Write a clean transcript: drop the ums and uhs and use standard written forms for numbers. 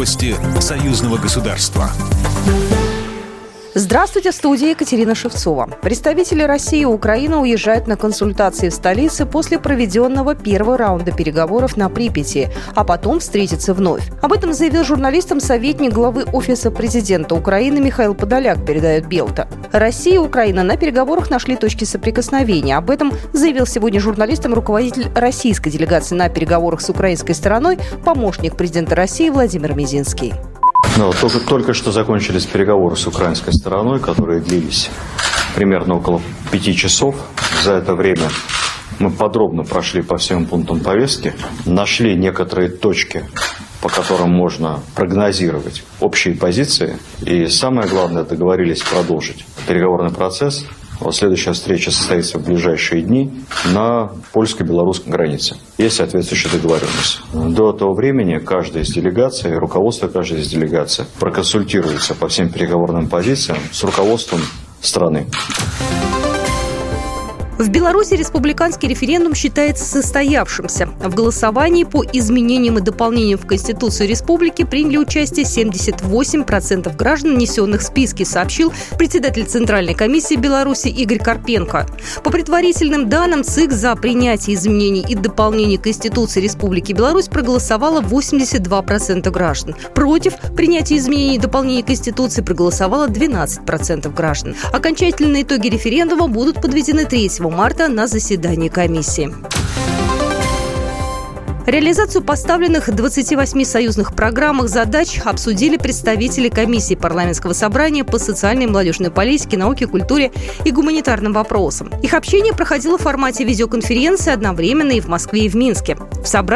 Новости союзного государства. Здравствуйте, в студии Екатерина Шевцова. Представители России и Украины уезжают на консультации в столице после проведенного первого раунда переговоров на Припяти, а потом встретятся вновь. Об этом заявил журналистам советник главы Офиса президента Украины Михаил Подоляк, передает Белта. Россия и Украина на переговорах нашли точки соприкосновения. Об этом заявил сегодня журналистам руководитель российской делегации на переговорах с украинской стороной, помощник президента России Владимир Мединский. Только что закончились переговоры с украинской стороной, которые длились примерно около 5 часов. За это время мы подробно прошли по всем пунктам повестки, нашли некоторые точки, по которым можно прогнозировать общие позиции. И самое главное, договорились продолжить переговорный процесс. Следующая встреча состоится в ближайшие дни на польско-белорусской границе. Есть соответствующая договоренность. До этого времени каждая из делегаций, руководство каждой из делегаций проконсультируется по всем переговорным позициям с руководством страны. В Беларуси республиканский референдум считается состоявшимся. В голосовании по изменениям и дополнениям в Конституцию республики приняли участие 78% граждан, внесенных в списки, сообщил председатель Центральной комиссии Беларуси Игорь Карпенко. По предварительным данным, ЦИК за принятие изменений и дополнений Конституции Республики Беларусь проголосовало 82% граждан. Против принятия изменений и дополнений Конституции проголосовало 12% граждан. Окончательные итоги референдума будут подведены 3 марта на заседании комиссии. Реализацию поставленных 28 союзных программах задач обсудили представители комиссии парламентского собрания по социальной и молодежной политике, науке, культуре и гуманитарным вопросам. Их общение проходило в формате видеоконференции одновременно и в Москве, и в Минске. В собрании